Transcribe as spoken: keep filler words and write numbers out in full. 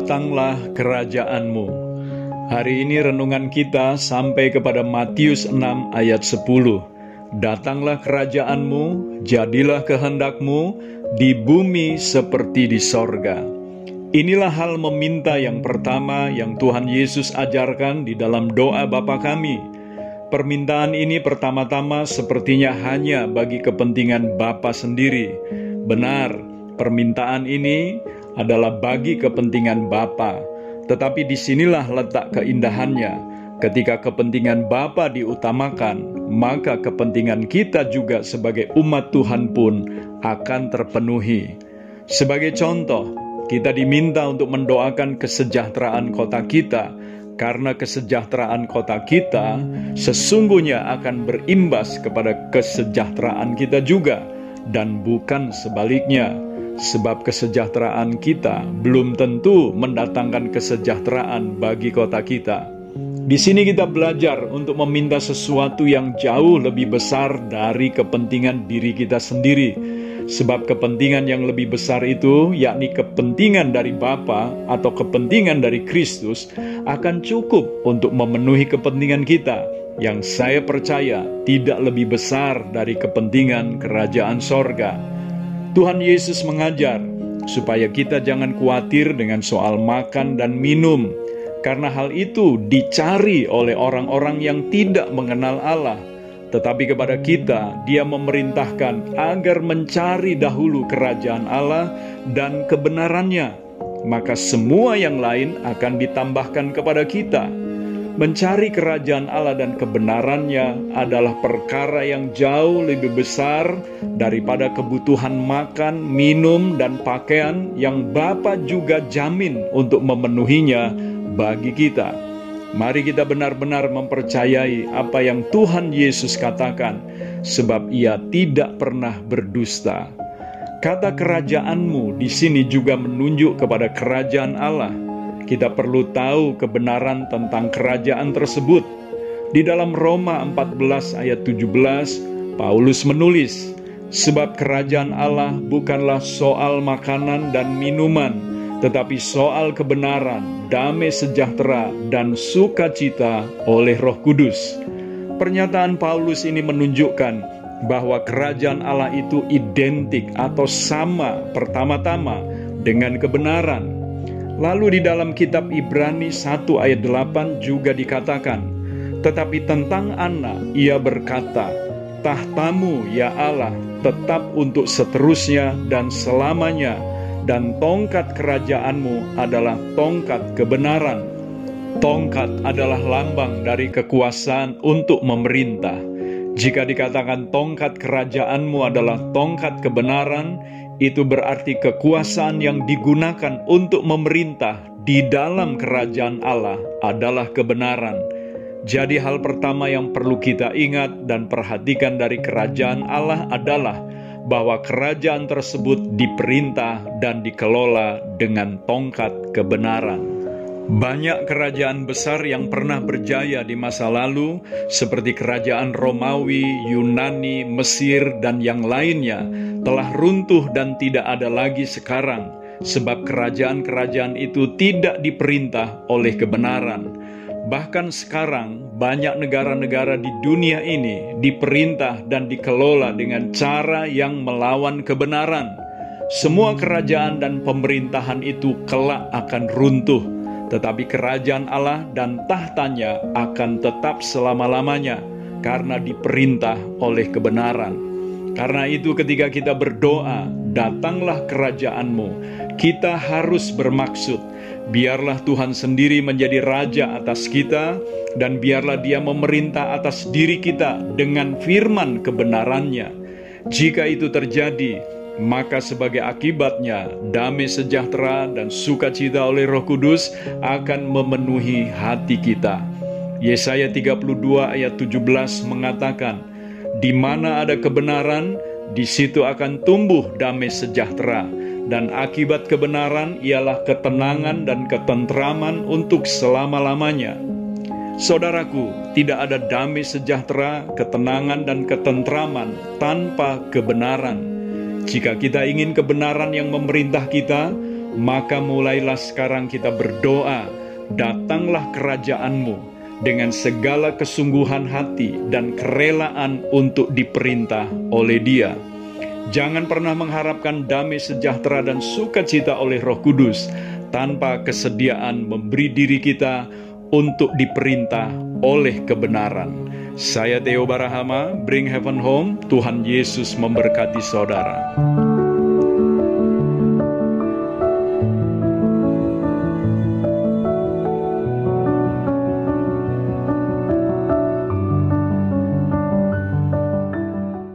datanglah kerajaan-Mu. Hari ini renungan kita sampai kepada Matius enam ayat sepuluh. Datanglah kerajaan-Mu, jadilah kehendak-Mu di bumi seperti di sorga. Inilah hal meminta yang pertama yang Tuhan Yesus ajarkan di dalam doa Bapa kami. Permintaan ini pertama-tama sepertinya hanya bagi kepentingan Bapa sendiri. Benar, permintaan ini adalah bagi kepentingan Bapa. Tetapi disinilah letak keindahannya. Ketika kepentingan Bapa diutamakan, maka kepentingan kita juga sebagai umat Tuhan pun akan terpenuhi. Sebagai contoh, kita diminta untuk mendoakan kesejahteraan kota kita, karena kesejahteraan kota kita sesungguhnya akan berimbas kepada kesejahteraan kita juga, dan bukan sebaliknya. Sebab kesejahteraan kita belum tentu mendatangkan kesejahteraan bagi kota kita. Di sini kita belajar untuk meminta sesuatu yang jauh lebih besar dari kepentingan diri kita sendiri. Sebab kepentingan yang lebih besar itu, yakni kepentingan dari Bapa atau kepentingan dari Kristus, akan cukup untuk memenuhi kepentingan kita, yang saya percaya tidak lebih besar dari kepentingan kerajaan sorga. Tuhan Yesus mengajar supaya kita jangan khawatir dengan soal makan dan minum, karena hal itu dicari oleh orang-orang yang tidak mengenal Allah. Tetapi kepada kita, Dia memerintahkan agar mencari dahulu kerajaan Allah dan kebenarannya, maka semua yang lain akan ditambahkan kepada kita. Mencari kerajaan Allah dan kebenarannya adalah perkara yang jauh lebih besar daripada kebutuhan makan, minum, dan pakaian yang Bapa juga jamin untuk memenuhinya bagi kita. Mari kita benar-benar mempercayai apa yang Tuhan Yesus katakan, sebab Ia tidak pernah berdusta. Kata kerajaan-Mu di sini juga menunjuk kepada kerajaan Allah. Kita perlu tahu kebenaran tentang kerajaan tersebut. Di dalam Roma empat belas ayat tujuh belas, Paulus menulis, sebab kerajaan Allah bukanlah soal makanan dan minuman, tetapi soal kebenaran, damai sejahtera, dan sukacita oleh Roh Kudus. Pernyataan Paulus ini menunjukkan bahwa kerajaan Allah itu identik atau sama pertama-tama dengan kebenaran. Lalu di dalam kitab Ibrani satu ayat delapan juga dikatakan, tetapi tentang anak ia berkata, tahtamu ya Allah tetap untuk seterusnya dan selamanya, dan tongkat kerajaanmu adalah tongkat kebenaran. Tongkat adalah lambang dari kekuasaan untuk memerintah. Jika dikatakan tongkat kerajaanmu adalah tongkat kebenaran, itu berarti kekuasaan yang digunakan untuk memerintah di dalam kerajaan Allah adalah kebenaran. Jadi hal pertama yang perlu kita ingat dan perhatikan dari kerajaan Allah adalah bahwa kerajaan tersebut diperintah dan dikelola dengan tongkat kebenaran. Banyak kerajaan besar yang pernah berjaya di masa lalu, seperti kerajaan Romawi, Yunani, Mesir, dan yang lainnya, telah runtuh dan tidak ada lagi sekarang, sebab kerajaan-kerajaan itu tidak diperintah oleh kebenaran. Bahkan sekarang, banyak negara-negara di dunia ini diperintah dan dikelola dengan cara yang melawan kebenaran. Semua kerajaan dan pemerintahan itu kelak akan runtuh, tetapi kerajaan Allah dan tahtanya akan tetap selama-lamanya, karena diperintah oleh kebenaran. Karena itu ketika kita berdoa, datanglah kerajaan-Mu, kita harus bermaksud, biarlah Tuhan sendiri menjadi Raja atas kita, dan biarlah Dia memerintah atas diri kita dengan firman kebenarannya. Jika itu terjadi, maka sebagai akibatnya damai sejahtera dan sukacita oleh Roh Kudus akan memenuhi hati kita. Yesaya tiga puluh dua ayat tujuh belas mengatakan, di mana ada kebenaran, di situ akan tumbuh damai sejahtera, dan akibat kebenaran ialah ketenangan dan ketentraman untuk selama-lamanya. Saudaraku, tidak ada damai sejahtera, ketenangan, dan ketentraman tanpa kebenaran. Jika kita ingin kebenaran yang memerintah kita, Maka mulailah sekarang kita berdoa, datanglah kerajaan-Mu dengan segala kesungguhan hati dan kerelaan untuk diperintah oleh Dia. Jangan pernah mengharapkan damai sejahtera dan sukacita oleh Roh Kudus tanpa kesediaan memberi diri kita untuk diperintah oleh kebenaran. Saya Theo Barahama, Bring Heaven Home. Tuhan Yesus memberkati saudara.